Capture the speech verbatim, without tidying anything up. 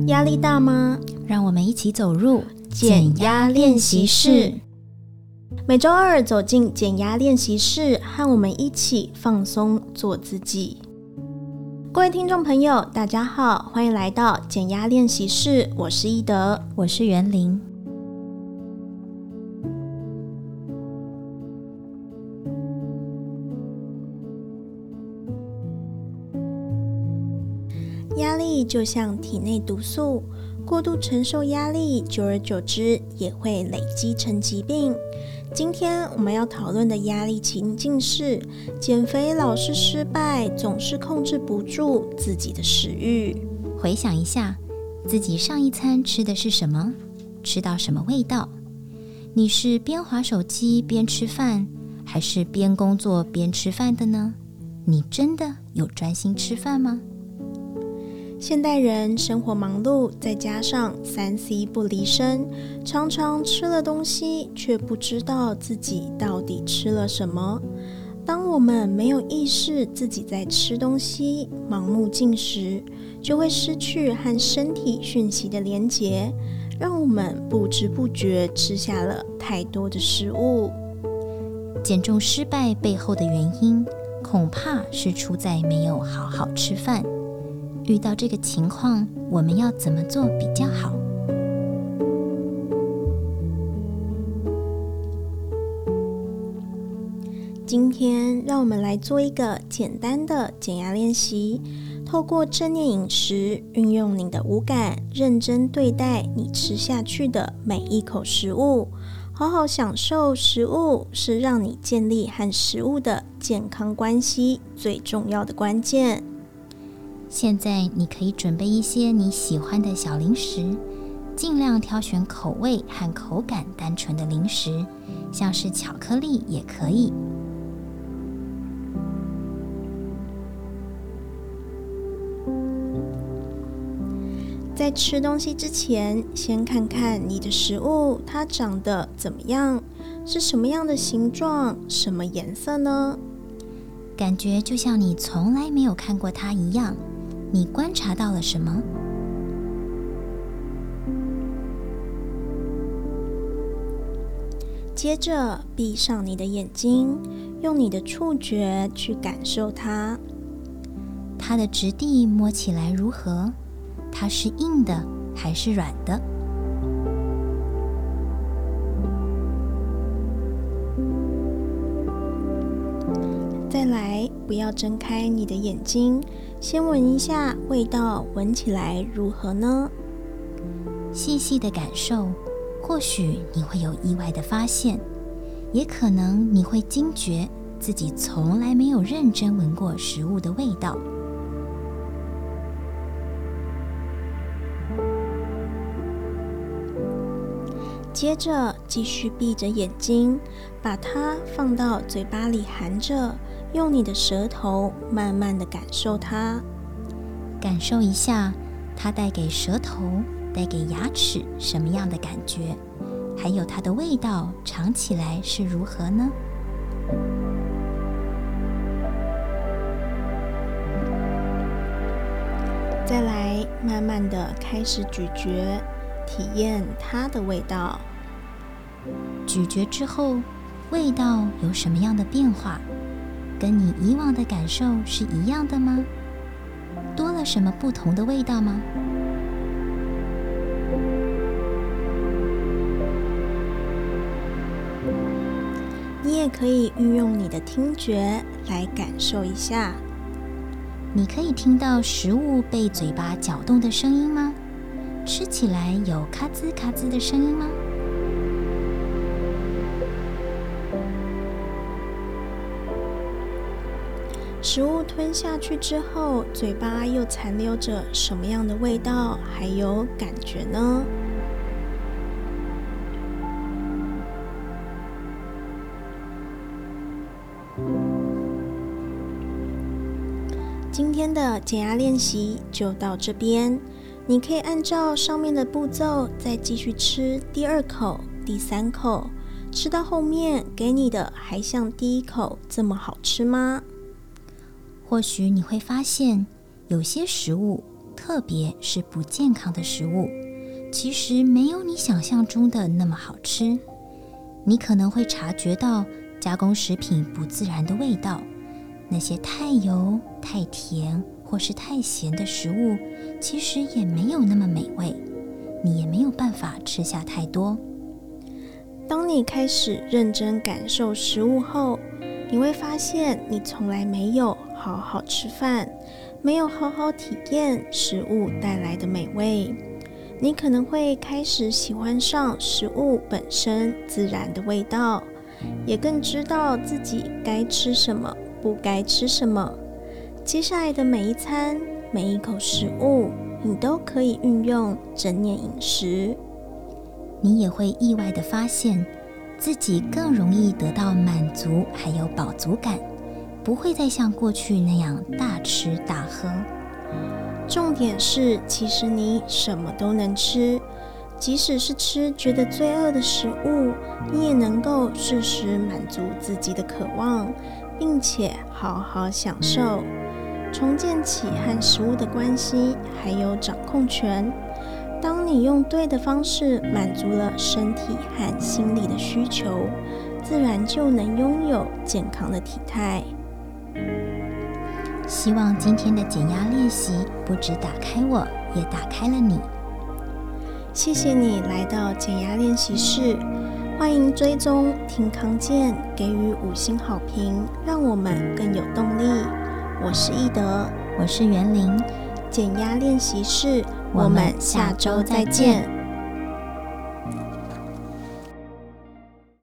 压力大吗？ 让我们一起走入减压练习室。每周二走进减压练习室，和我们一起放松做自己。各位听众朋友大家好，欢迎来到减压练习室，我是一德， 我是袁玲。 压力就像体内毒素，过度承受压力，久而久之也会累积成疾病。今天我们要讨论的压力情境是：减肥老是失败，总是控制不住自己的食欲。 回想一下，自己上一餐吃的是什么？吃到什么味道？你是边滑手机边吃饭，还是边工作边吃饭的呢？你真的有专心吃饭吗？ 现代人生活忙碌，再加上 三 C 不离身，常常吃了东西却不知道自己到底吃了什么。当我们没有意识自己在吃东西，盲目进食，就会失去和身体讯息的连结，让我们不知不觉吃下了太多的食物。 减重失败背后的原因，恐怕是出在没有好好吃饭。遇到这个情况，我们要怎么做比较好？ 今天让我们来做一个简单的减压练习，透过正念饮食，运用你的五感，认真对待你吃下去的每一口食物，好好享受食物，是让你建立和食物的健康关系最重要的关键。 现在你可以准备一些你喜欢的小零食，尽量挑选口味和口感单纯的零食，像是巧克力也可以。 在吃东西之前，先看看你的食物它长得怎么样，是什么样的形状，什么颜色呢？ 感觉就像你从来没有看过它一样。你观察到了什么？ 接着闭上你的眼睛，用你的触觉去感受它。 它的质地摸起来如何？它是硬的还是软的？ 再来，不要睁开你的眼睛，先闻一下味道，闻起来如何呢？ 细细的感受，或许你会有意外的发现，也可能你会惊觉自己从来没有认真闻过食物的味道。 接着继续闭着眼睛，把它放到嘴巴里含着，用你的舌头慢慢的感受它。 感受一下它带给舌头、带给牙齿什么样的感觉，还有它的味道尝起来是如何呢？ 再来慢慢的开始咀嚼，体验它的味道。 咀嚼之后，味道有什么样的变化？跟你以往的感受是一样的吗？多了什么不同的味道吗？ 你也可以运用你的听觉来感受一下。 你可以听到食物被嘴巴搅动的声音吗？吃起来有咔吱咔吱的声音吗？ 食物吞下去之后，嘴巴又残留着什么样的味道还有感觉呢？今天的减压练习就到这边，你可以按照上面的步骤再继续吃第二口、第三口，吃到后面给你的还像第一口这么好吃吗？ 或许你会发现，有些食物特别是不健康的食物，其实没有你想象中的那么好吃。你可能会察觉到加工食品不自然的味道，那些太油、太甜或是太咸的食物，其实也没有那么美味，你也没有办法吃下太多。 当你开始认真感受食物后，你会发现你从来没有好好吃饭，没有好好体验食物带来的美味。你可能会开始喜欢上食物本身自然的味道，也更知道自己该吃什么，不该吃什么。接下来的每一餐，每一口食物，你都可以运用正念饮食。 你也会意外地发现，自己更容易得到满足还有饱足感，不会再像过去那样大吃大喝。 重点是，其实你什么都能吃，即使是吃觉得罪恶的食物，你也能够适时满足自己的渴望，并且好好享受，重建起和食物的关系，还有掌控权。当你用对的方式满足了身体和心理的需求，自然就能拥有健康的体态。 希望今天的减压练习不只打开我，也打开了你。 谢谢你来到减压练习室，欢迎追踪听康健，给予五星好评，让我们更有动力。我是易德， 我是袁玲， 减压练习室，我们下周再见。